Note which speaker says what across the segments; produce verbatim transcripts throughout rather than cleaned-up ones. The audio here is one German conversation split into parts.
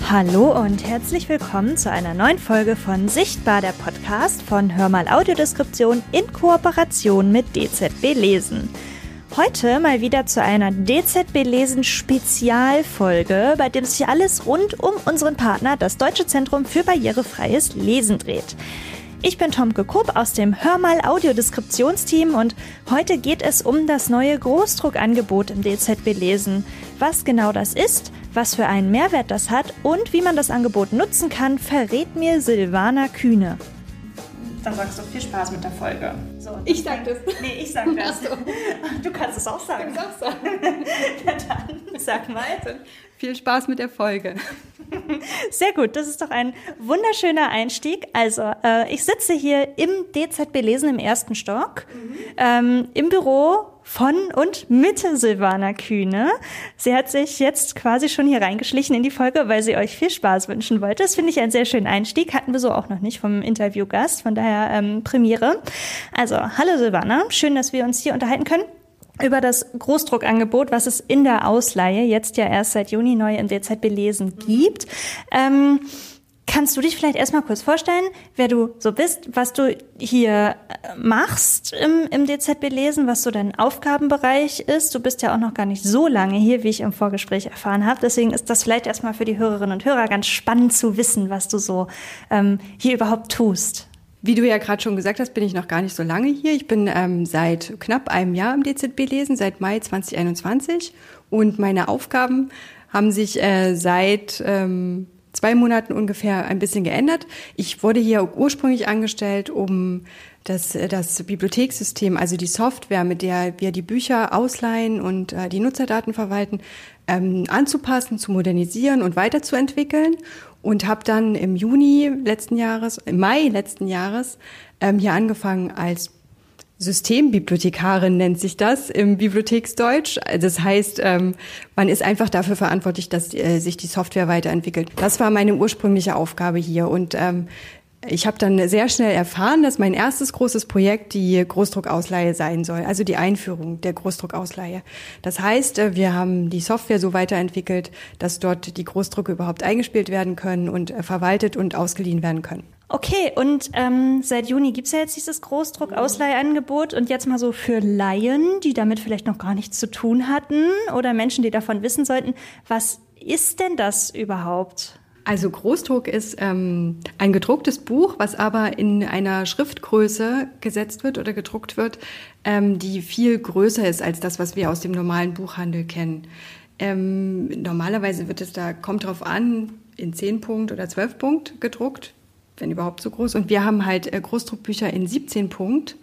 Speaker 1: Hallo und herzlich willkommen zu einer neuen Folge von Sichtbar, der Podcast von Hör mal Audiodeskription in Kooperation mit D Z B Lesen. Heute mal wieder zu einer D Z B Lesen Spezialfolge, bei dem sich alles rund um unseren Partner, das Deutsche Zentrum für barrierefreies Lesen, dreht. Ich bin Tomke Kupp aus dem Hör mal Audiodeskriptionsteam und heute geht es um das neue Großdruckangebot im D Z B Lesen. Was genau das ist, was für einen Mehrwert das hat und wie man das Angebot nutzen kann, verrät mir Silvana Kühne. Dann sagst du viel Spaß mit der Folge. So,
Speaker 2: ich sag das.
Speaker 1: Nee, ich sag das. So. Du kannst es auch sagen.
Speaker 2: Ich kann es auch sagen.
Speaker 1: Na dann, sag mal.
Speaker 2: Viel Spaß mit der Folge.
Speaker 1: Sehr gut, das ist doch ein wunderschöner Einstieg. Also, äh, ich sitze hier im D Z B Lesen im ersten Stock, mhm. ähm, im Büro von und mit Silvana Kühne. Sie hat sich jetzt quasi schon hier reingeschlichen in die Folge, weil sie euch viel Spaß wünschen wollte. Das finde ich einen sehr schönen Einstieg. Hatten wir so auch noch nicht vom Interviewgast, von daher ähm, Premiere. Also, hallo Silvana, schön, dass wir uns hier unterhalten können über das Großdruckangebot, was es in der Ausleihe jetzt ja erst seit Juni neu im D Z B Lesen gibt. Ähm, kannst du dich vielleicht erstmal kurz vorstellen, wer du so bist, was du hier machst im, im D Z B Lesen, was so dein Aufgabenbereich ist? Du bist ja auch noch gar nicht so lange hier, wie ich im Vorgespräch erfahren habe. Deswegen ist das vielleicht erstmal für die Hörerinnen und Hörer ganz spannend zu wissen, was du so ähm, hier überhaupt tust.
Speaker 2: Wie du ja gerade schon gesagt hast, bin ich noch gar nicht so lange hier. Ich bin ähm, seit knapp einem Jahr im D Z B Lesen, seit Mai zwanzig einundzwanzig. Und meine Aufgaben haben sich äh, seit ähm, zwei Monaten ungefähr ein bisschen geändert. Ich wurde hier ursprünglich angestellt, um das, das Bibliothekssystem, also die Software, mit der wir die Bücher ausleihen und äh, die Nutzerdaten verwalten, ähm, anzupassen, zu modernisieren und weiterzuentwickeln. Und habe dann im Juni letzten Jahres, im Mai letzten Jahres, ähm, hier angefangen als Systembibliothekarin, nennt sich das im Bibliotheksdeutsch. Das heißt, ähm, man ist einfach dafür verantwortlich, dass äh, sich die Software weiterentwickelt. Das war meine ursprüngliche Aufgabe hier. Und ähm, ich habe dann sehr schnell erfahren, dass mein erstes großes Projekt die Großdruckausleihe sein soll, also die Einführung der Großdruckausleihe. Das heißt, wir haben die Software so weiterentwickelt, dass dort die Großdrucke überhaupt eingespielt werden können und verwaltet und ausgeliehen werden können.
Speaker 1: Okay, und ähm, seit Juni gibt's ja jetzt dieses Großdruck-Ausleihangebot und jetzt mal so für Laien, die damit vielleicht noch gar nichts zu tun hatten oder Menschen, die davon wissen sollten, was ist denn das überhaupt?
Speaker 2: Also Großdruck ist ähm, ein gedrucktes Buch, was aber in einer Schriftgröße gesetzt wird oder gedruckt wird, ähm, die viel größer ist als das, was wir aus dem normalen Buchhandel kennen. Ähm, normalerweise wird es da, kommt drauf an, in zehn Punkt oder zwölf Punkt gedruckt, wenn überhaupt so groß. Und wir haben halt äh, Großdruckbücher in siebzehn Punkt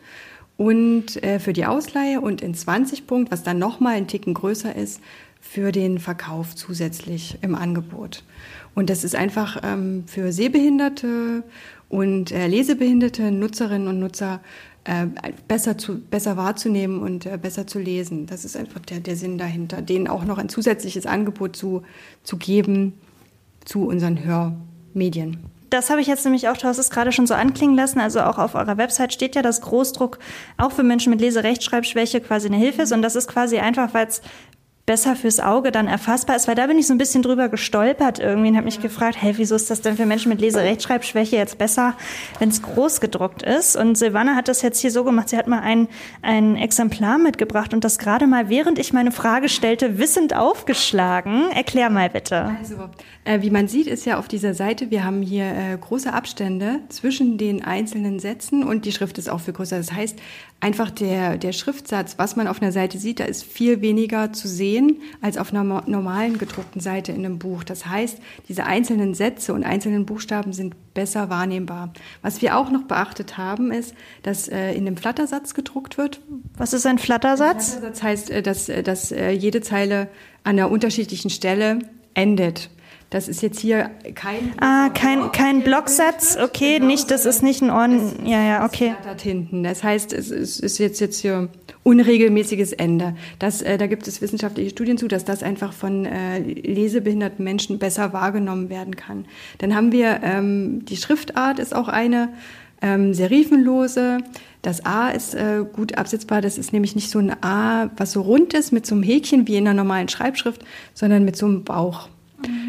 Speaker 2: und äh, für die Ausleihe und in zwanzig Punkt, was dann nochmal ein Ticken größer ist, für den Verkauf zusätzlich im Angebot. Und das ist einfach ähm, für Sehbehinderte und äh, lesebehinderte Nutzerinnen und Nutzer äh, besser, zu, besser wahrzunehmen und äh, besser zu lesen. Das ist einfach der, der Sinn dahinter, denen auch noch ein zusätzliches Angebot zu, zu geben zu unseren Hörmedien.
Speaker 1: Das habe ich jetzt nämlich auch, du hast es gerade schon so anklingen lassen, also auch auf eurer Website steht ja, dass Großdruck auch für Menschen mit Leserechtschreibschwäche quasi eine Hilfe ist und das ist quasi einfach, weil es besser fürs Auge dann erfassbar ist, weil da bin ich so ein bisschen drüber gestolpert irgendwie und habe mich gefragt, hey, wieso ist das denn für Menschen mit Leserechtschreibschwäche jetzt besser, wenn es groß gedruckt ist? Und Silvana hat das jetzt hier so gemacht, sie hat mal ein, ein Exemplar mitgebracht und das gerade mal, während ich meine Frage stellte, wissend aufgeschlagen. Erklär mal bitte.
Speaker 2: Also, äh, wie man sieht, ist ja auf dieser Seite, wir haben hier äh, große Abstände zwischen den einzelnen Sätzen und die Schrift ist auch viel größer. Das heißt, einfach der, der Schriftsatz, was man auf einer Seite sieht, da ist viel weniger zu sehen als auf einer normalen gedruckten Seite in einem Buch. Das heißt, diese einzelnen Sätze und einzelnen Buchstaben sind besser wahrnehmbar. Was wir auch noch beachtet haben, ist, dass äh, in einem Flattersatz gedruckt wird.
Speaker 1: Was ist ein Flattersatz?
Speaker 2: Ein Flattersatz heißt, äh, dass, äh, dass äh, jede Zeile an einer unterschiedlichen Stelle endet. Das ist jetzt hier kein...
Speaker 1: Ah, kein, kein Blocksatz, okay, genau, nicht, das ist nicht ein Orden, ja, ja, okay.
Speaker 2: Das hinten. Das heißt, es ist, ist jetzt, jetzt hier unregelmäßiges Ende. Das, äh, da gibt es wissenschaftliche Studien zu, dass das einfach von äh, lesebehinderten Menschen besser wahrgenommen werden kann. Dann haben wir, ähm, die Schriftart ist auch eine, ähm, serifenlose. Das A ist äh, gut absetzbar, das ist nämlich nicht so ein A, was so rund ist mit so einem Häkchen wie in einer normalen Schreibschrift, sondern mit so einem Bauch.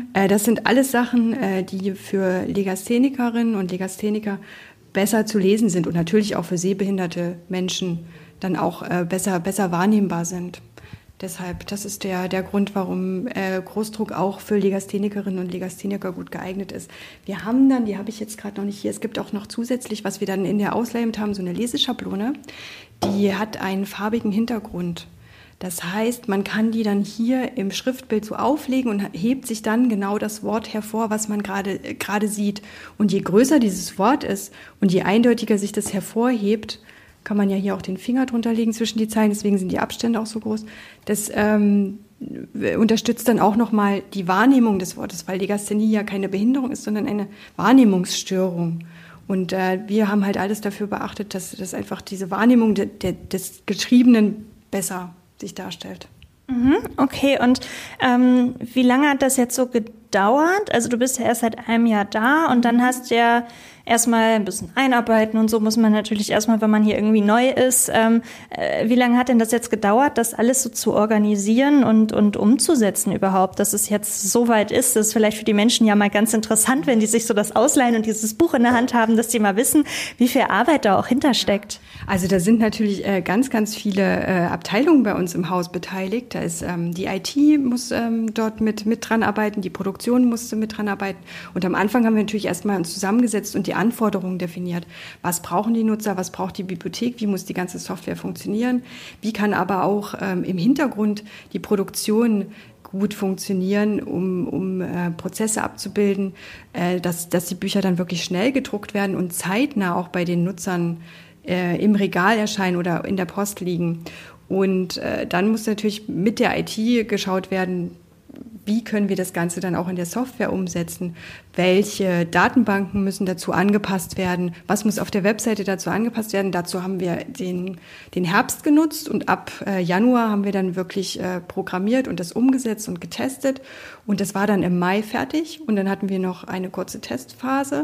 Speaker 2: Äh, das sind alles Sachen, äh, die für Legasthenikerinnen und Legastheniker besser zu lesen sind und natürlich auch für sehbehinderte Menschen dann auch äh, besser, besser wahrnehmbar sind. Deshalb, das ist der, der Grund, warum äh, Großdruck auch für Legasthenikerinnen und Legastheniker gut geeignet ist. Wir haben dann, die habe ich jetzt gerade noch nicht hier, es gibt auch noch zusätzlich, was wir dann in der Ausleihe mit haben, so eine Leseschablone, die hat einen farbigen Hintergrund. Das heißt, man kann die dann hier im Schriftbild so auflegen und hebt sich dann genau das Wort hervor, was man gerade gerade sieht. Und je größer dieses Wort ist und je eindeutiger sich das hervorhebt, kann man ja hier auch den Finger drunter legen zwischen die Zeilen, deswegen sind die Abstände auch so groß. Das ähm, unterstützt dann auch nochmal die Wahrnehmung des Wortes, weil Legasthenie ja keine Behinderung ist, sondern eine Wahrnehmungsstörung. Und äh, wir haben halt alles dafür beachtet, dass, dass einfach diese Wahrnehmung de, de, des Geschriebenen besser sich darstellt.
Speaker 1: Mhm, okay, und ähm, wie lange hat das jetzt so gedauert? Also du bist ja erst seit einem Jahr da und dann hast du ja erstmal ein bisschen einarbeiten und so muss man natürlich erstmal, wenn man hier irgendwie neu ist. Ähm, äh, wie lange hat denn das jetzt gedauert, das alles so zu organisieren und, und umzusetzen überhaupt, dass es jetzt so weit ist? Das ist vielleicht für die Menschen ja mal ganz interessant, wenn die sich so das ausleihen und dieses Buch in der Hand haben, dass die mal wissen, wie viel Arbeit da auch hintersteckt.
Speaker 2: Also da sind natürlich äh, ganz, ganz viele äh, Abteilungen bei uns im Haus beteiligt. Da ist ähm, die I T muss ähm, dort mit, mit dran arbeiten, die Produktion musste mit dran arbeiten. Und am Anfang haben wir natürlich erstmal uns zusammengesetzt und die Anforderungen definiert. Was brauchen die Nutzer, was braucht die Bibliothek, wie muss die ganze Software funktionieren, wie kann aber auch ähm, im Hintergrund die Produktion gut funktionieren, um, um äh, Prozesse abzubilden, äh, dass, dass die Bücher dann wirklich schnell gedruckt werden und zeitnah auch bei den Nutzern äh, im Regal erscheinen oder in der Post liegen. Und äh, dann muss natürlich mit der I T geschaut werden, wie können wir das Ganze dann auch in der Software umsetzen? Welche Datenbanken müssen dazu angepasst werden? Was muss auf der Webseite dazu angepasst werden? Dazu haben wir den, den Herbst genutzt und ab äh, Januar haben wir dann wirklich äh, programmiert und das umgesetzt und getestet. Und das war dann im Mai fertig. Und dann hatten wir noch eine kurze Testphase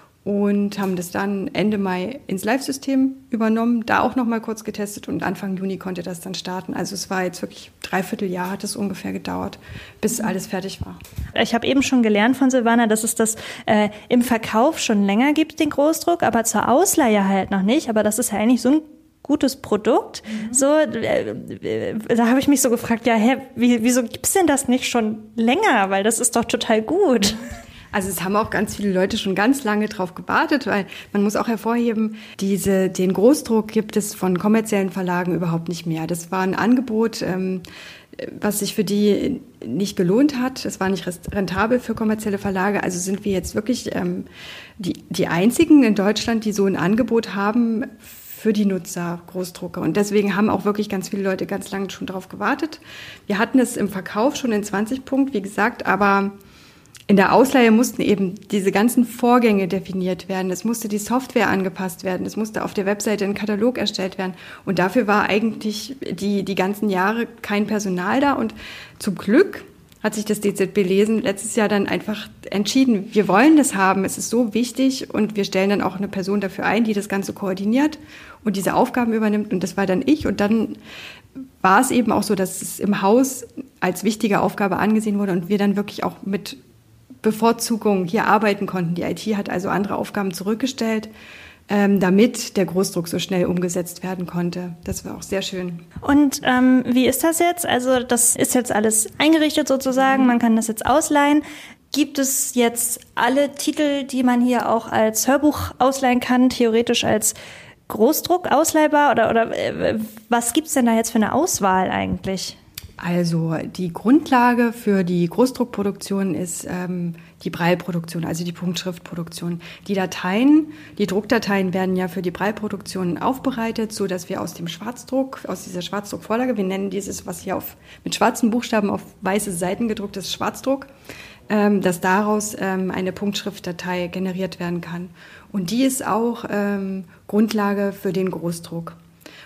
Speaker 2: und haben das dann Ende Mai ins Live-System übernommen, da auch noch mal kurz getestet und Anfang Juni konnte das dann starten. Also es war jetzt wirklich dreiviertel Jahr hat es ungefähr gedauert, bis alles fertig war.
Speaker 1: Ich habe eben schon gelernt von Silvana, dass es das äh, im Verkauf schon länger gibt, den Großdruck, aber zur Ausleihe halt noch nicht. Aber das ist ja eigentlich so ein gutes Produkt. Mhm. So, äh, äh, da habe ich mich so gefragt, ja, hä, wie, wieso gibt's denn das nicht schon länger? Weil das ist doch total gut.
Speaker 2: Also es haben auch ganz viele Leute schon ganz lange drauf gewartet, weil man muss auch hervorheben, diese, den Großdruck gibt es von kommerziellen Verlagen überhaupt nicht mehr. Das war ein Angebot, ähm, was sich für die nicht gelohnt hat. Es war nicht rentabel für kommerzielle Verlage. Also sind wir jetzt wirklich ähm, die, die einzigen in Deutschland, die so ein Angebot haben für die Nutzer, Großdrucker. Und deswegen haben auch wirklich ganz viele Leute ganz lange schon drauf gewartet. Wir hatten es im Verkauf schon in zwanzig Punkt, wie gesagt, aber in der Ausleihe mussten eben diese ganzen Vorgänge definiert werden. Es musste die Software angepasst werden. Es musste auf der Webseite ein Katalog erstellt werden. Und dafür war eigentlich die, die ganzen Jahre kein Personal da. Und zum Glück hat sich das D Z B Lesen letztes Jahr dann einfach entschieden, wir wollen das haben. Es ist so wichtig und wir stellen dann auch eine Person dafür ein, die das Ganze koordiniert und diese Aufgaben übernimmt. Und das war dann ich. Und dann war es eben auch so, dass es im Haus als wichtige Aufgabe angesehen wurde und wir dann wirklich auch mit Bevorzugung hier arbeiten konnten. Die I T hat also andere Aufgaben zurückgestellt, ähm, damit der Großdruck so schnell umgesetzt werden konnte. Das war auch sehr schön.
Speaker 1: Und ähm, wie ist das jetzt? Also das ist jetzt alles eingerichtet sozusagen, man kann das jetzt ausleihen. Gibt es jetzt alle Titel, die man hier auch als Hörbuch ausleihen kann, theoretisch als Großdruck ausleihbar? Oder, oder äh, was gibt's denn da jetzt für eine Auswahl eigentlich?
Speaker 2: Also die Grundlage für die Großdruckproduktion ist ähm, die Braille-Produktion, also die Punktschriftproduktion. Die Dateien, die Druckdateien werden ja für die Braille-Produktion aufbereitet, so dass wir aus dem Schwarzdruck, aus dieser Schwarzdruckvorlage, wir nennen dieses, was hier auf, mit schwarzen Buchstaben auf weiße Seiten gedruckt ist, Schwarzdruck, ähm, dass daraus ähm, eine Punktschriftdatei generiert werden kann. Und die ist auch ähm, Grundlage für den Großdruck.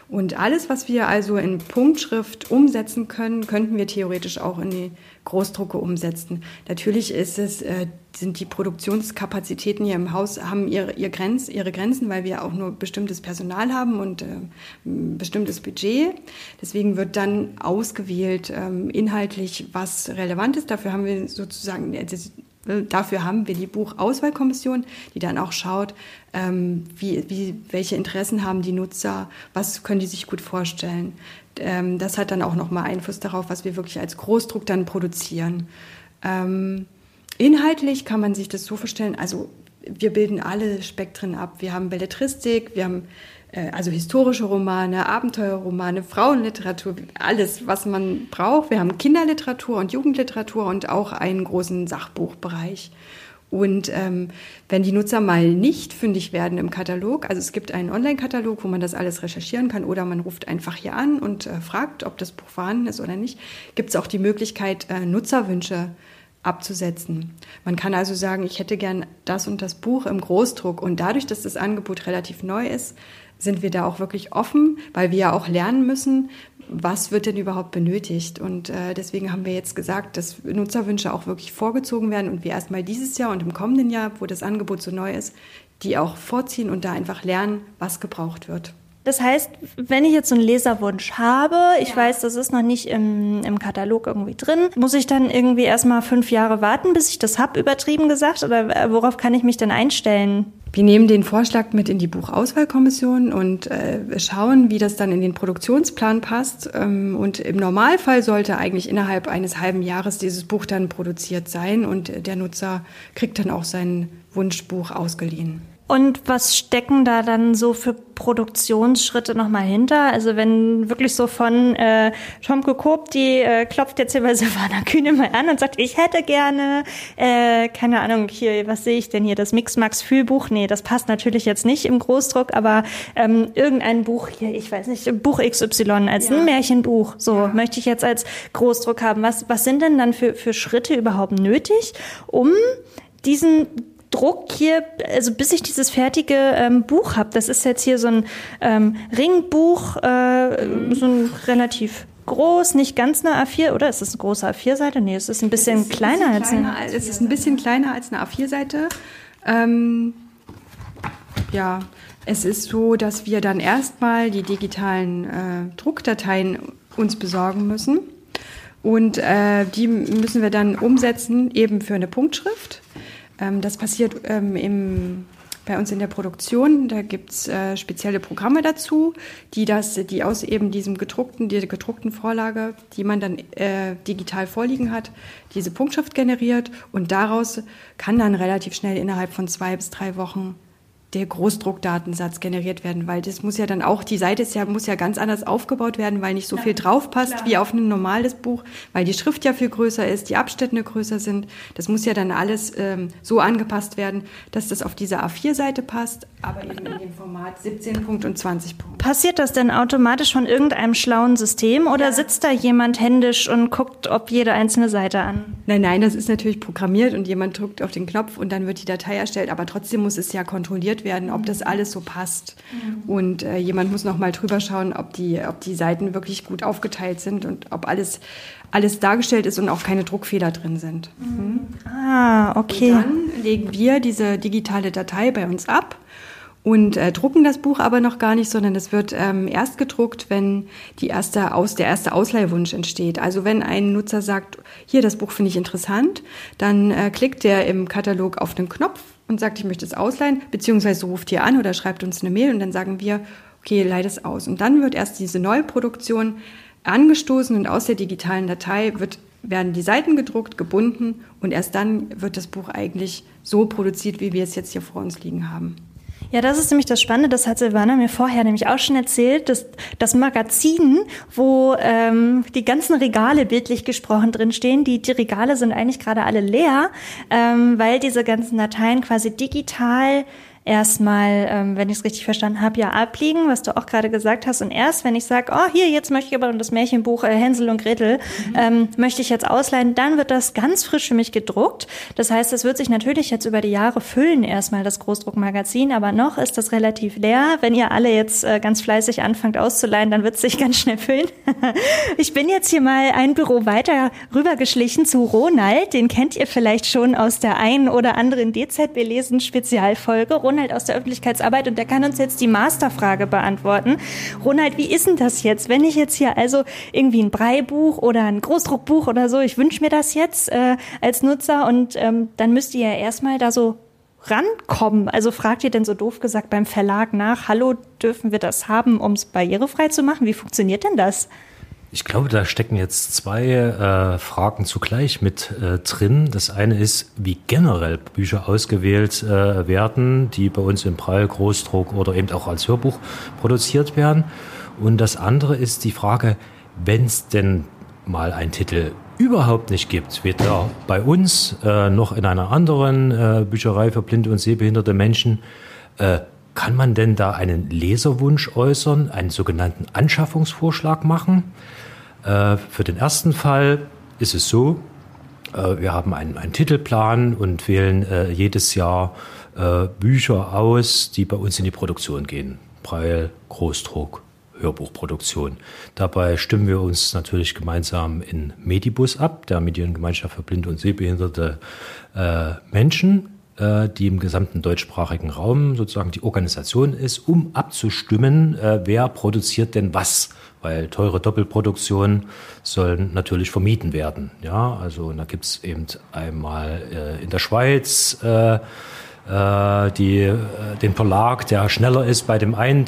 Speaker 2: Und alles, was wir also in Punktschrift umsetzen können, könnten wir theoretisch auch in die Großdrucke umsetzen. Natürlich ist es, äh, sind die Produktionskapazitäten hier im Haus, haben ihre, ihre, Grenz, ihre Grenzen, weil wir auch nur bestimmtes Personal haben und äh, ein bestimmtes Budget. Deswegen wird dann ausgewählt, ähm, inhaltlich, was relevant ist. Dafür haben wir sozusagen, das, Dafür haben wir die Buchauswahlkommission, die dann auch schaut, ähm, wie, wie, welche Interessen haben die Nutzer, was können die sich gut vorstellen. Ähm, das hat dann auch nochmal Einfluss darauf, was wir wirklich als Großdruck dann produzieren. Ähm, inhaltlich kann man sich das so vorstellen, also wir bilden alle Spektren ab. Wir haben Belletristik, wir haben also historische Romane, Abenteuerromane, Frauenliteratur, alles, was man braucht. Wir haben Kinderliteratur und Jugendliteratur und auch einen großen Sachbuchbereich. Und ähm, wenn die Nutzer mal nicht fündig werden im Katalog, also es gibt einen Online-Katalog, wo man das alles recherchieren kann, oder man ruft einfach hier an und äh, fragt, ob das Buch vorhanden ist oder nicht, gibt es auch die Möglichkeit, äh, Nutzerwünsche abzusetzen. Man kann also sagen, ich hätte gern das und das Buch im Großdruck. Und dadurch, dass das Angebot relativ neu ist, sind wir da auch wirklich offen, weil wir ja auch lernen müssen, was wird denn überhaupt benötigt. Und äh, deswegen haben wir jetzt gesagt, dass Nutzerwünsche auch wirklich vorgezogen werden und wir erstmal dieses Jahr und im kommenden Jahr, wo das Angebot so neu ist, die auch vorziehen und da einfach lernen, was gebraucht wird.
Speaker 1: Das heißt, wenn ich jetzt so einen Leserwunsch habe, ich ja. weiß, das ist noch nicht im, im Katalog irgendwie drin, muss ich dann irgendwie erstmal fünf Jahre warten, bis ich das habe, übertrieben gesagt? Oder worauf kann ich mich denn einstellen?
Speaker 2: Wir nehmen den Vorschlag mit in die Buchauswahlkommission und äh, schauen, wie das dann in den Produktionsplan passt. Ähm, und im Normalfall sollte eigentlich innerhalb eines halben Jahres dieses Buch dann produziert sein und der Nutzer kriegt dann auch sein Wunschbuch ausgeliehen.
Speaker 1: Und was stecken da dann so für Produktionsschritte nochmal hinter? Also wenn wirklich so von äh, Tomke Koop, die äh, klopft jetzt hier bei Silvana Kühne mal an und sagt, ich hätte gerne, äh, keine Ahnung, hier, was sehe ich denn hier, das Mix-Max-Fühlbuch? Nee, das passt natürlich jetzt nicht im Großdruck, aber ähm, irgendein Buch hier, ich weiß nicht, Buch X Y als ja. ein Märchenbuch, so ja. möchte ich jetzt als Großdruck haben. Was, was sind denn dann für, für Schritte überhaupt nötig, um diesen Druck hier, also bis ich dieses fertige ähm, Buch habe, das ist jetzt hier so ein ähm, Ringbuch, äh, so ein relativ groß, nicht ganz eine A vier, oder? Ist das eine große A vier Seite? Nee, es ist ein bisschen ist kleiner ein bisschen als eine.
Speaker 2: Es ist ein bisschen kleiner als eine A vier Seite. Ähm, ja, es ist so, dass wir dann erstmal die digitalen äh, Druckdateien uns besorgen müssen und äh, die müssen wir dann umsetzen eben für eine Punktschrift. Das passiert ähm, im, bei uns in der Produktion. Da gibt's äh, spezielle Programme dazu, die das, die aus eben diesem gedruckten, dieser gedruckten Vorlage, die man dann äh, digital vorliegen hat, diese Punktschrift generiert und daraus kann dann relativ schnell innerhalb von zwei bis drei Wochen der Großdruckdatensatz generiert werden, weil das muss ja dann auch, die Seite ist ja, muss ja ganz anders aufgebaut werden, weil nicht so viel drauf passt wie auf ein normales Buch, weil die Schrift ja viel größer ist, die Abstände größer sind. Das muss ja dann alles ähm, so angepasst werden, dass das auf diese A vier Seite passt, aber eben in dem Format siebzehn Punkt und zwanzig Punkt.
Speaker 1: Passiert das denn automatisch von irgendeinem schlauen System oder ja. sitzt da jemand händisch und guckt, ob jede einzelne Seite an?
Speaker 2: Nein, nein, das ist natürlich programmiert und jemand drückt auf den Knopf und dann wird die Datei erstellt, aber trotzdem muss es ja kontrolliert werden, ob das alles so passt. Mhm. Und äh, jemand muss noch mal drüber schauen, ob die, ob die Seiten wirklich gut aufgeteilt sind und ob alles, alles dargestellt ist und auch keine Druckfehler drin sind.
Speaker 1: Mhm. Ah, okay.
Speaker 2: Und dann legen wir diese digitale Datei bei uns ab und äh, drucken das Buch aber noch gar nicht, sondern es wird ähm, erst gedruckt, wenn die erste Aus, der erste Ausleihwunsch entsteht. Also wenn ein Nutzer sagt, hier, das Buch finde ich interessant, dann äh, klickt der im Katalog auf den Knopf und sagt, ich möchte es ausleihen, beziehungsweise ruft hier an oder schreibt uns eine Mail und dann sagen wir, okay, leih es aus. Und dann wird erst diese Neuproduktion angestoßen und aus der digitalen Datei wird, werden die Seiten gedruckt, gebunden und erst dann wird das Buch eigentlich so produziert, wie wir es jetzt hier vor uns liegen haben.
Speaker 1: Ja, das ist nämlich das Spannende, das hat Silvana mir vorher nämlich auch schon erzählt, dass das Magazin, wo ähm, die ganzen Regale bildlich gesprochen drinstehen, die, die Regale sind eigentlich gerade alle leer, ähm, weil diese ganzen Dateien quasi digital erstmal, ähm, wenn ich es richtig verstanden habe, ja abliegen, was du auch gerade gesagt hast. Und erst, wenn ich sage, oh, hier, jetzt möchte ich aber das Märchenbuch äh, Hänsel und Gretel, mhm. ähm, möchte ich jetzt ausleihen, dann wird das ganz frisch für mich gedruckt. Das heißt, es wird sich natürlich jetzt über die Jahre füllen, erstmal das Großdruckmagazin, aber noch ist das relativ leer. Wenn ihr alle jetzt äh, ganz fleißig anfangt auszuleihen, dann wird es sich ganz schnell füllen. Ich bin jetzt hier mal ein Büro weiter rübergeschlichen zu Ronald. Den kennt ihr vielleicht schon aus der einen oder anderen D Z B-Lesen Spezialfolge. Ronald aus der Öffentlichkeitsarbeit, und der kann uns jetzt die Masterfrage beantworten. Ronald, wie ist denn das jetzt? Wenn ich jetzt hier also irgendwie ein Breibuch oder ein Großdruckbuch oder so, ich wünsche mir das jetzt äh, als Nutzer, und ähm, dann müsst ihr ja erstmal da so rankommen. Also fragt ihr denn so doof gesagt beim Verlag nach, hallo, dürfen wir das haben, um es barrierefrei zu machen? Wie funktioniert denn das?
Speaker 3: Ich glaube, da stecken jetzt zwei äh, Fragen zugleich mit äh, drin. Das eine ist, wie generell Bücher ausgewählt äh, werden, die bei uns im Braille, Großdruck oder eben auch als Hörbuch produziert werden. Und das andere ist die Frage, wenn es denn mal einen Titel überhaupt nicht gibt, weder bei uns äh, noch in einer anderen äh, Bücherei für blinde und sehbehinderte Menschen, äh, kann man denn da einen Leserwunsch äußern, einen sogenannten Anschaffungsvorschlag machen? Äh, für den ersten Fall ist es so, äh, wir haben einen, einen Titelplan und wählen äh, jedes Jahr äh, Bücher aus, die bei uns in die Produktion gehen. Braille, Großdruck, Hörbuchproduktion. Dabei stimmen wir uns natürlich gemeinsam in Medibus ab, der Mediengemeinschaft für blinde und sehbehinderte äh, Menschen, die im gesamten deutschsprachigen Raum sozusagen die Organisation ist, um abzustimmen, äh, wer produziert denn was. Weil teure Doppelproduktionen sollen natürlich vermieden werden. Ja, also da gibt es eben einmal äh, in der Schweiz äh, äh, die, äh, den Verlag, der schneller ist bei dem einen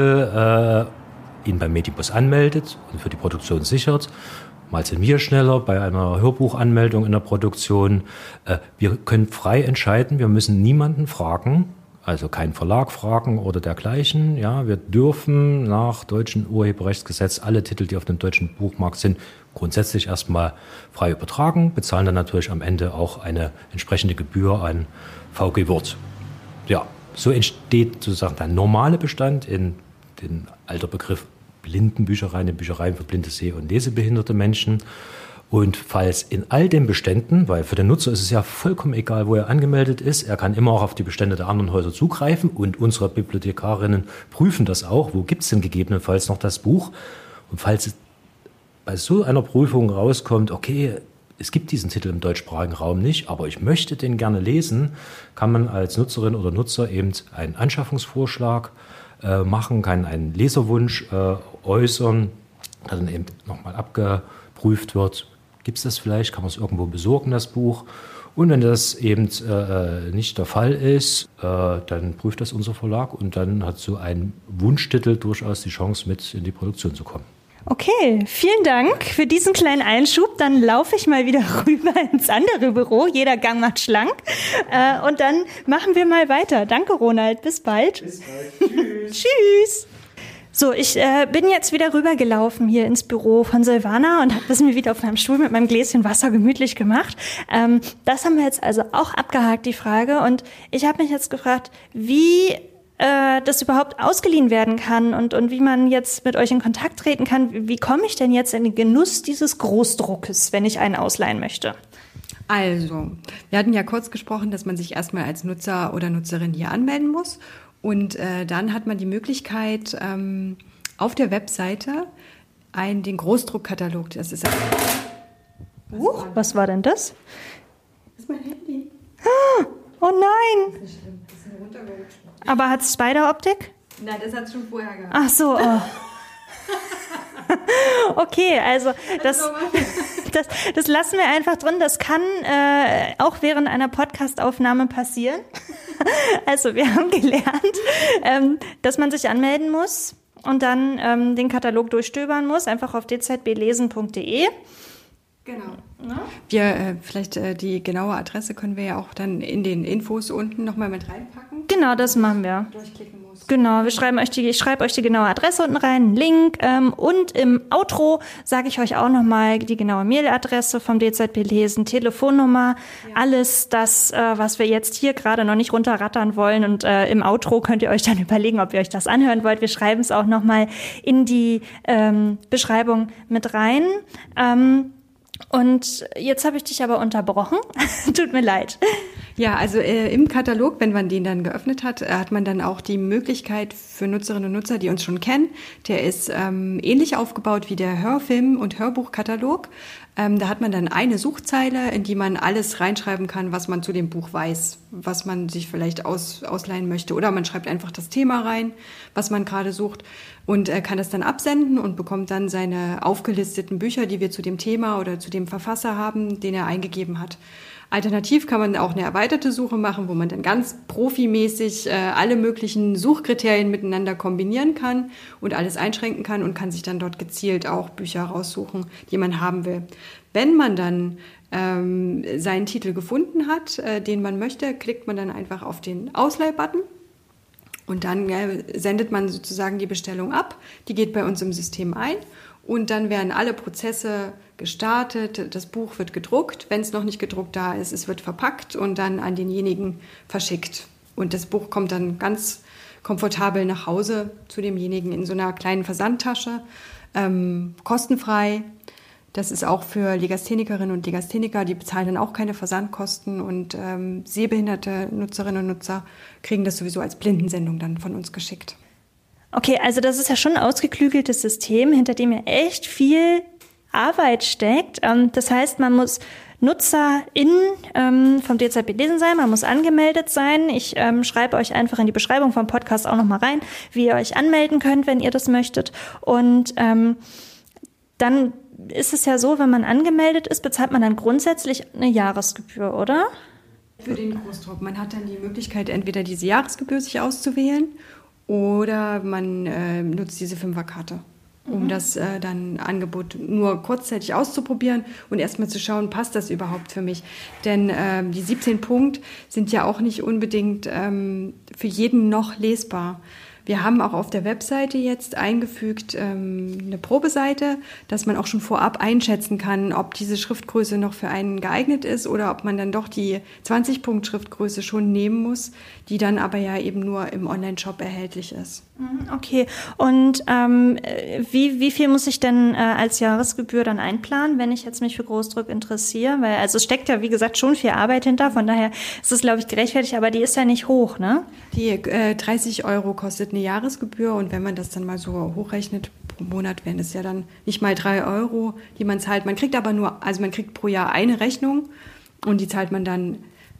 Speaker 3: Titel, äh, ihn beim Medibus anmeldet und für die Produktion sichert. Mal sind wir schneller bei einer Hörbuchanmeldung in der Produktion. Wir können frei entscheiden, wir müssen niemanden fragen, also keinen Verlag fragen oder dergleichen. Ja, wir dürfen nach deutschem Urheberrechtsgesetz alle Titel, die auf dem deutschen Buchmarkt sind, grundsätzlich erstmal frei übertragen, bezahlen dann natürlich am Ende auch eine entsprechende Gebühr an V G Wort. Ja, so entsteht sozusagen der normale Bestand in den alter Begriff Blindenbüchereien, in Büchereien für blinde, seh- und lesebehinderte Menschen. Und falls in all den Beständen, weil für den Nutzer ist es ja vollkommen egal, wo er angemeldet ist, er kann immer auch auf die Bestände der anderen Häuser zugreifen, und unsere Bibliothekarinnen prüfen das auch, wo gibt es denn gegebenenfalls noch das Buch. Und falls es bei so einer Prüfung rauskommt, okay, es gibt diesen Titel im deutschsprachigen Raum nicht, aber ich möchte den gerne lesen, kann man als Nutzerin oder Nutzer eben einen Anschaffungsvorschlag machen, kann einen Leserwunsch äh, äußern, der dann eben nochmal abgeprüft wird. Gibt es das vielleicht? Kann man es irgendwo besorgen, das Buch? Und wenn das eben äh, nicht der Fall ist, äh, dann prüft das unser Verlag, und dann hat so ein Wunschtitel durchaus die Chance, mit in die Produktion zu kommen.
Speaker 1: Okay, vielen Dank für diesen kleinen Einschub. Dann laufe ich mal wieder rüber ins andere Büro. Jeder Gang macht schlank. Äh, und dann machen wir mal weiter. Danke, Ronald. Bis bald. Bis bald. Tschüss. Tschüss. So, ich äh, bin jetzt wieder rübergelaufen hier ins Büro von Silvana und habe das mir wieder auf meinem Stuhl mit meinem Gläschen Wasser gemütlich gemacht. Ähm, das haben wir jetzt also auch abgehakt, die Frage. Und ich habe mich jetzt gefragt, wie äh, das überhaupt ausgeliehen werden kann und, und wie man jetzt mit euch in Kontakt treten kann. Wie, wie komme ich denn jetzt in den Genuss dieses Großdruckes, wenn ich einen ausleihen möchte?
Speaker 2: Also, wir hatten ja kurz gesprochen, dass man sich erstmal als Nutzer oder Nutzerin hier anmelden muss. Und äh, dann hat man die Möglichkeit, ähm, auf der Webseite einen, den Großdruckkatalog, das ist...
Speaker 1: Huch, was war denn das?
Speaker 2: Das ist mein Handy.
Speaker 1: Oh nein!
Speaker 2: Das ist nicht schlimm, das ist nur runtergerutscht.
Speaker 1: Aber hat es Spider-Optik?
Speaker 2: Nein, das hat es schon vorher gehabt.
Speaker 1: Ach so, oh. Okay, also das, das, das lassen wir einfach drin. Das kann äh, auch während einer Podcast-Aufnahme passieren. Also wir haben gelernt, ähm, dass man sich anmelden muss und dann ähm, den Katalog durchstöbern muss, einfach auf d z b lesen punkt d e.
Speaker 2: Genau. Ja? Wir, äh, vielleicht äh, die genaue Adresse können wir ja auch dann in den Infos unten nochmal mit reinpacken.
Speaker 1: Genau, das machen wir.
Speaker 2: Durchklicken muss.
Speaker 1: Genau, wir schreiben euch die, ich schreibe euch die genaue Adresse unten rein, einen Link, ähm, und im Outro sage ich euch auch nochmal die genaue Mailadresse vom D Z B Lesen, Telefonnummer, ja. Alles das, äh, was wir jetzt hier gerade noch nicht runterrattern wollen, und äh, im Outro könnt ihr euch dann überlegen, ob ihr euch das anhören wollt. Wir schreiben es auch nochmal in die ähm, Beschreibung mit rein. Ähm, Und jetzt habe ich dich aber unterbrochen. Tut mir leid.
Speaker 2: Ja, also äh, im Katalog, wenn man den dann geöffnet hat, äh, hat man dann auch die Möglichkeit für Nutzerinnen und Nutzer, die uns schon kennen. Der ist ähm, ähnlich aufgebaut wie der Hörfilm- und Hörbuchkatalog. Ähm, da hat man dann eine Suchzeile, in die man alles reinschreiben kann, was man zu dem Buch weiß, was man sich vielleicht aus, ausleihen möchte. Oder man schreibt einfach das Thema rein, was man gerade sucht, und äh, kann das dann absenden und bekommt dann seine aufgelisteten Bücher, die wir zu dem Thema oder zu dem Verfasser haben, den er eingegeben hat. Alternativ kann man auch eine erweiterte Suche machen, wo man dann ganz profimäßig äh, alle möglichen Suchkriterien miteinander kombinieren kann und alles einschränken kann und kann sich dann dort gezielt auch Bücher raussuchen, die man haben will. Wenn man dann ähm, seinen Titel gefunden hat, äh, den man möchte, klickt man dann einfach auf den Ausleih-Button. Und dann äh, sendet man sozusagen die Bestellung ab. Die geht bei uns im System ein. Und dann werden alle Prozesse gestartet, das Buch wird gedruckt, wenn es noch nicht gedruckt da ist, es wird verpackt und dann an denjenigen verschickt. Und das Buch kommt dann ganz komfortabel nach Hause zu demjenigen in so einer kleinen Versandtasche, ähm, kostenfrei. Das ist auch für Legasthenikerinnen und Legastheniker, die bezahlen dann auch keine Versandkosten, und ähm, sehbehinderte Nutzerinnen und Nutzer kriegen das sowieso als Blindensendung dann von uns geschickt.
Speaker 1: Okay, also das ist ja schon ein ausgeklügeltes System, hinter dem ja echt viel Arbeit steckt. Das heißt, man muss NutzerInnen ähm, vom D Z B Lesen sein, man muss angemeldet sein. Ich ähm, schreibe euch einfach in die Beschreibung vom Podcast auch nochmal rein, wie ihr euch anmelden könnt, wenn ihr das möchtet. Und ähm, dann ist es ja so, wenn man angemeldet ist, bezahlt man dann grundsätzlich eine Jahresgebühr, oder?
Speaker 2: Für den Großdruck. Man hat dann die Möglichkeit, entweder diese Jahresgebühr sich auszuwählen oder man äh, nutzt diese Fünferkarte, um mhm. das äh, dann Angebot nur kurzzeitig auszuprobieren und erstmal zu schauen, passt das überhaupt für mich? Denn ähm, die siebzehn Punkt sind ja auch nicht unbedingt ähm, für jeden noch lesbar. Wir haben auch auf der Webseite jetzt eingefügt ähm, eine Probeseite, dass man auch schon vorab einschätzen kann, ob diese Schriftgröße noch für einen geeignet ist oder ob man dann doch die zwanzig Punkt Schriftgröße schon nehmen muss, die dann aber ja eben nur im Online-Shop erhältlich ist.
Speaker 1: Okay, und ähm, wie, wie viel muss ich denn äh, als Jahresgebühr dann einplanen, wenn ich jetzt mich für Großdruck interessiere? Weil also es steckt ja, wie gesagt, schon viel Arbeit hinter, von daher ist es, glaube ich, gerechtfertigt, aber die ist ja nicht hoch, ne?
Speaker 2: Die äh, dreißig Euro kostet eine Jahresgebühr, und wenn man das dann mal so hochrechnet, pro Monat wären es ja dann nicht mal drei Euro, die man zahlt. Man kriegt aber nur, also man kriegt pro Jahr eine Rechnung und die zahlt man dann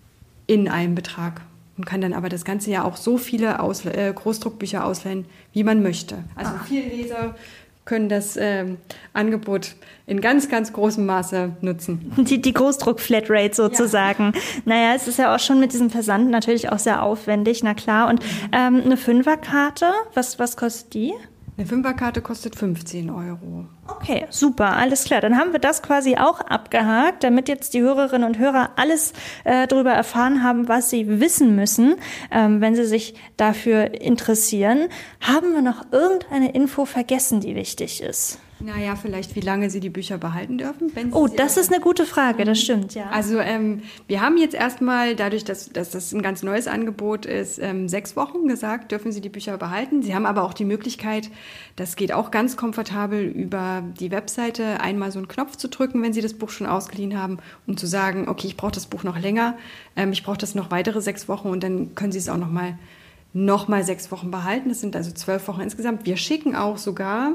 Speaker 2: in einem Betrag und kann dann aber das ganze Jahr auch so viele Ausle- äh, Großdruckbücher ausleihen, wie man möchte. Also ah. viele Leser können das ähm, Angebot in ganz, ganz großem Maße nutzen.
Speaker 1: Die, die Großdruck-Flatrate sozusagen. Ja. Naja, es ist ja auch schon mit diesem Versand natürlich auch sehr aufwendig, na klar. Und ähm, eine Fünferkarte, was, was kostet die?
Speaker 2: Eine Fünferkarte kostet fünfzehn Euro.
Speaker 1: Okay, super, alles klar. Dann haben wir das quasi auch abgehakt, damit jetzt die Hörerinnen und Hörer alles äh, darüber erfahren haben, was sie wissen müssen, ähm, wenn sie sich dafür interessieren. Haben wir noch irgendeine Info vergessen, die wichtig ist?
Speaker 2: Naja, vielleicht wie lange Sie die Bücher behalten dürfen. Wenn Sie
Speaker 1: oh, das ist eine gute Frage, das stimmt, ja.
Speaker 2: Also ähm, wir haben jetzt erstmal, dadurch, dass, dass das ein ganz neues Angebot ist, ähm, sechs Wochen gesagt, dürfen Sie die Bücher behalten. Sie haben aber auch die Möglichkeit, das geht auch ganz komfortabel über die Webseite, einmal so einen Knopf zu drücken, wenn Sie das Buch schon ausgeliehen haben, um zu sagen, okay, ich brauche das Buch noch länger, ähm, ich brauche das noch weitere sechs Wochen, und dann können Sie es auch noch mal, noch mal sechs Wochen behalten. Das sind also zwölf Wochen insgesamt. Wir schicken auch sogar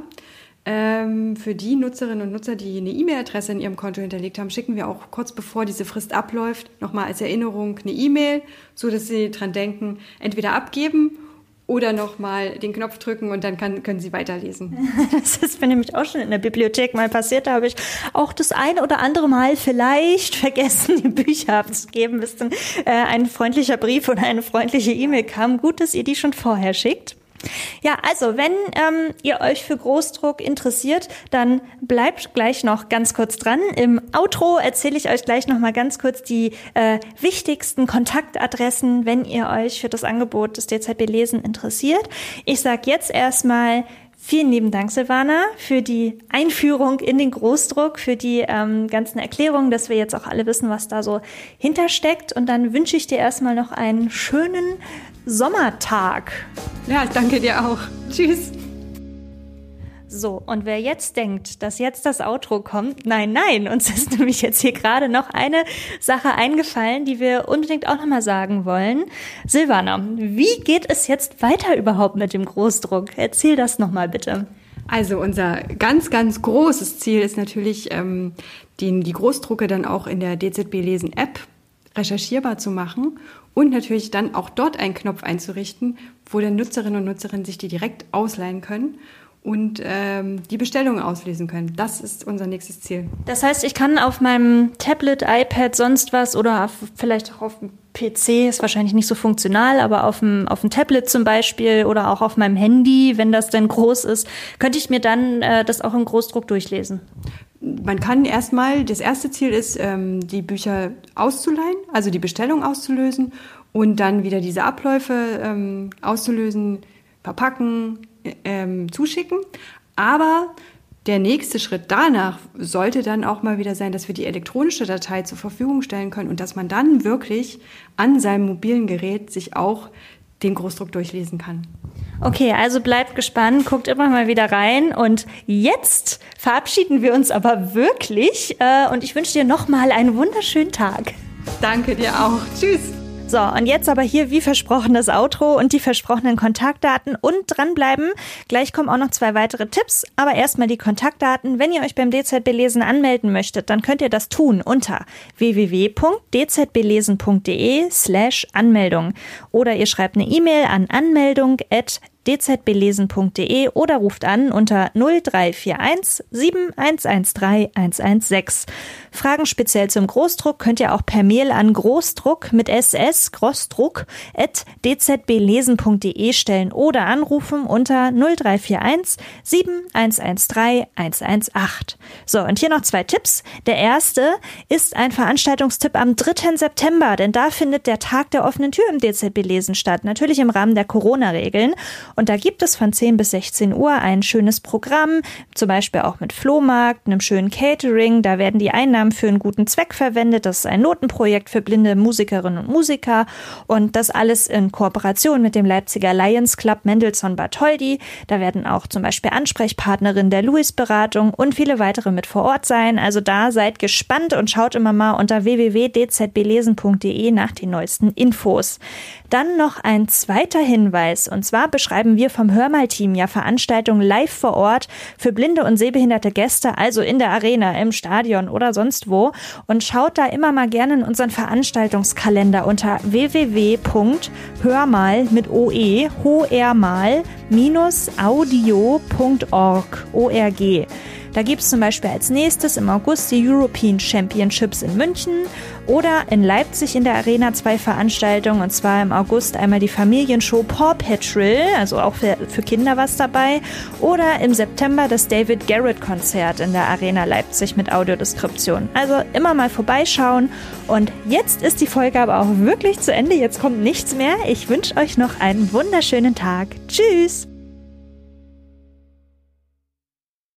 Speaker 2: Ähm, für die Nutzerinnen und Nutzer, die eine E-Mail-Adresse in ihrem Konto hinterlegt haben, schicken wir auch kurz bevor diese Frist abläuft nochmal als Erinnerung eine E-Mail, so dass Sie dran denken, entweder abgeben oder nochmal den Knopf drücken, und dann kann, können Sie weiterlesen.
Speaker 1: Das ist mir nämlich auch schon in der Bibliothek mal passiert. Da habe ich auch das eine oder andere Mal vielleicht vergessen, die Bücher abzugeben, bis dann äh, ein freundlicher Brief oder eine freundliche E-Mail kam. Gut, dass ihr die schon vorher schickt. Ja, also wenn ähm, ihr euch für Großdruck interessiert, dann bleibt gleich noch ganz kurz dran. Im Outro erzähle ich euch gleich noch mal ganz kurz die äh, wichtigsten Kontaktadressen, wenn ihr euch für das Angebot des D Z B Lesen interessiert. Ich sage jetzt erstmal vielen lieben Dank, Silvana, für die Einführung in den Großdruck, für die ähm, ganzen Erklärungen, dass wir jetzt auch alle wissen, was da so hintersteckt. Und dann wünsche ich dir erstmal noch einen schönen Sommertag.
Speaker 2: Ja, danke dir auch. Tschüss.
Speaker 1: So, und wer jetzt denkt, dass jetzt das Outro kommt, nein, nein, uns ist nämlich jetzt hier gerade noch eine Sache eingefallen, die wir unbedingt auch nochmal sagen wollen. Silvana, wie geht es jetzt weiter überhaupt mit dem Großdruck? Erzähl das nochmal bitte.
Speaker 2: Also unser ganz, ganz großes Ziel ist natürlich, ähm, den, die Großdrucke dann auch in der D Z B Lesen App recherchierbar zu machen und natürlich dann auch dort einen Knopf einzurichten, wo dann Nutzerinnen und Nutzer sich die direkt ausleihen können und ähm, die Bestellungen auslesen können. Das ist unser nächstes Ziel.
Speaker 1: Das heißt, ich kann auf meinem Tablet, iPad, sonst was oder auf, vielleicht auch auf dem P C, ist wahrscheinlich nicht so funktional, aber auf dem, auf dem Tablet zum Beispiel oder auch auf meinem Handy, wenn das denn groß ist, könnte ich mir dann äh, das auch im Großdruck durchlesen.
Speaker 2: Man kann erstmal, das erste Ziel ist, ähm, die Bücher auszuleihen, also die Bestellung auszulösen und dann wieder diese Abläufe ähm, auszulösen, verpacken, ähm, zuschicken. Aber der nächste Schritt danach sollte dann auch mal wieder sein, dass wir die elektronische Datei zur Verfügung stellen können und dass man dann wirklich an seinem mobilen Gerät sich auch den Großdruck durchlesen kann.
Speaker 1: Okay, also bleibt gespannt, guckt immer mal wieder rein und jetzt verabschieden wir uns aber wirklich äh, und ich wünsche dir nochmal einen wunderschönen Tag.
Speaker 2: Danke dir auch. Tschüss.
Speaker 1: So, und jetzt aber hier wie versprochen das Outro und die versprochenen Kontaktdaten und dranbleiben. Gleich kommen auch noch zwei weitere Tipps, aber erstmal die Kontaktdaten. Wenn ihr euch beim D Z B Lesen anmelden möchtet, dann könnt ihr das tun unter w w w punkt d z b lesen punkt d e slash Anmeldung oder ihr schreibt eine E-Mail an anmeldung at d z b lesen punkt d e oder ruft an unter null drei vier eins sieben eins eins drei eins eins sechs. Fragen speziell zum Großdruck könnt ihr auch per Mail an Großdruck mit ss großdruck at d z b lesen punkt d e stellen oder anrufen unter null drei vier eins sieben eins eins drei eins eins acht. So, und hier noch zwei Tipps. Der erste ist ein Veranstaltungstipp am dritten September, denn da findet der Tag der offenen Tür im D Z B Lesen statt, natürlich im Rahmen der Corona-Regeln. Und da gibt es von zehn bis sechzehn Uhr ein schönes Programm, zum Beispiel auch mit Flohmarkt, einem schönen Catering. Da werden die Einnahmen für einen guten Zweck verwendet. Das ist ein Notenprojekt für blinde Musikerinnen und Musiker. Und das alles in Kooperation mit dem Leipziger Lions Club Mendelssohn-Bartholdy. Da werden auch zum Beispiel Ansprechpartnerinnen der Louis-Beratung und viele weitere mit vor Ort sein. Also da seid gespannt und schaut immer mal unter w w w punkt d z b lesen punkt d e nach den neuesten Infos. Dann noch ein zweiter Hinweis. Und zwar beschreiben wir vom Hörmal-Team ja Veranstaltungen live vor Ort für blinde und sehbehinderte Gäste, also in der Arena, im Stadion oder sonst wo. Und schaut da immer mal gerne in unseren Veranstaltungskalender unter w w w punkt hörmal mit oe, hoermal minus audio punkt org, O R G. Da gibt es zum Beispiel als nächstes im August die European Championships in München oder in Leipzig in der Arena zwei Veranstaltungen, und zwar im August einmal die Familienshow Paw Patrol, also auch für, für Kinder was dabei, oder im September das David Garrett Konzert in der Arena Leipzig mit Audiodeskription. Also immer mal vorbeischauen. Und jetzt ist die Folge aber auch wirklich zu Ende, jetzt kommt nichts mehr. Ich wünsche euch noch einen wunderschönen Tag. Tschüss!